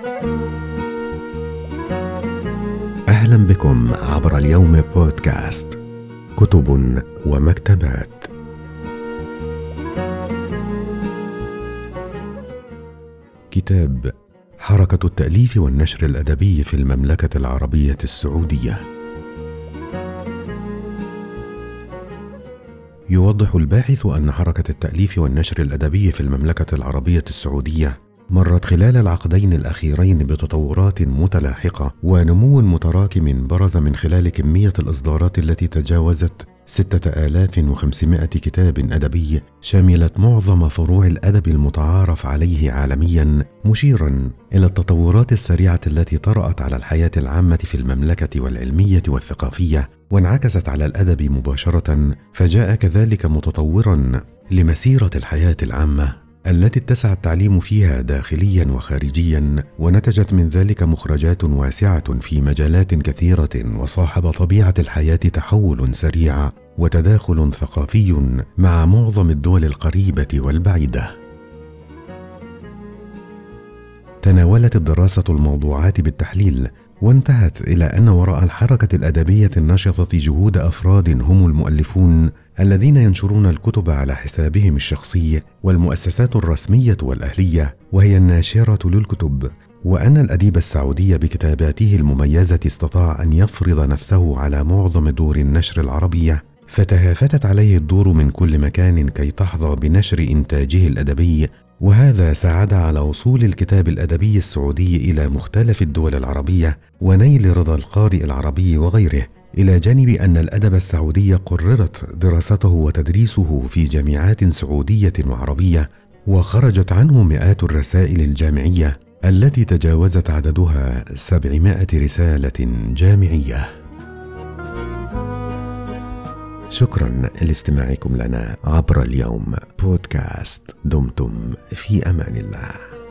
أهلا بكم عبر اليوم بودكاست كتب ومكتبات. كتاب حركة التأليف والنشر الأدبي في المملكة العربية السعودية. يوضح الباحث أن حركة التأليف والنشر الأدبي في المملكة العربية السعودية مرت خلال العقدين الأخيرين بتطورات متلاحقة ونمو متراكم برز من خلال كمية الإصدارات التي تجاوزت 6500 كتاب أدبي شملت معظم فروع الأدب المتعارف عليه عالميا، مشيرا إلى التطورات السريعة التي طرأت على الحياة العامة في المملكة والعلمية والثقافية وانعكست على الأدب مباشرة، فجاء كذلك متطورا لمسيرة الحياة العامة التي اتسع التعليم فيها داخليا وخارجيا، ونتجت من ذلك مخرجات واسعة في مجالات كثيرة، وصاحب طبيعة الحياة تحول سريع وتداخل ثقافي مع معظم الدول القريبة والبعيدة. تناولت الدراسة الموضوعات بالتحليل، وانتهت إلى أن وراء الحركة الأدبية النشطة جهود أفراد هم المؤلفون الذين ينشرون الكتب على حسابهم الشخصي، والمؤسسات الرسمية والأهلية وهي الناشرة للكتب، وأن الأديب السعودي بكتاباته المميزة استطاع أن يفرض نفسه على معظم دور النشر العربية، فتهافتت عليه الدور من كل مكان كي تحظى بنشر إنتاجه الأدبي، وهذا ساعد على وصول الكتاب الأدبي السعودي إلى مختلف الدول العربية ونيل رضا القارئ العربي وغيره، إلى جانب أن الأدب السعودي قررت دراسته وتدريسه في جامعات سعودية وعربية، وخرجت عنه مئات الرسائل الجامعية التي تجاوزت عددها 700 رسالة جامعية. شكرا لاستماعكم لنا عبر اليوم بودكاست. دمتم في أمان الله.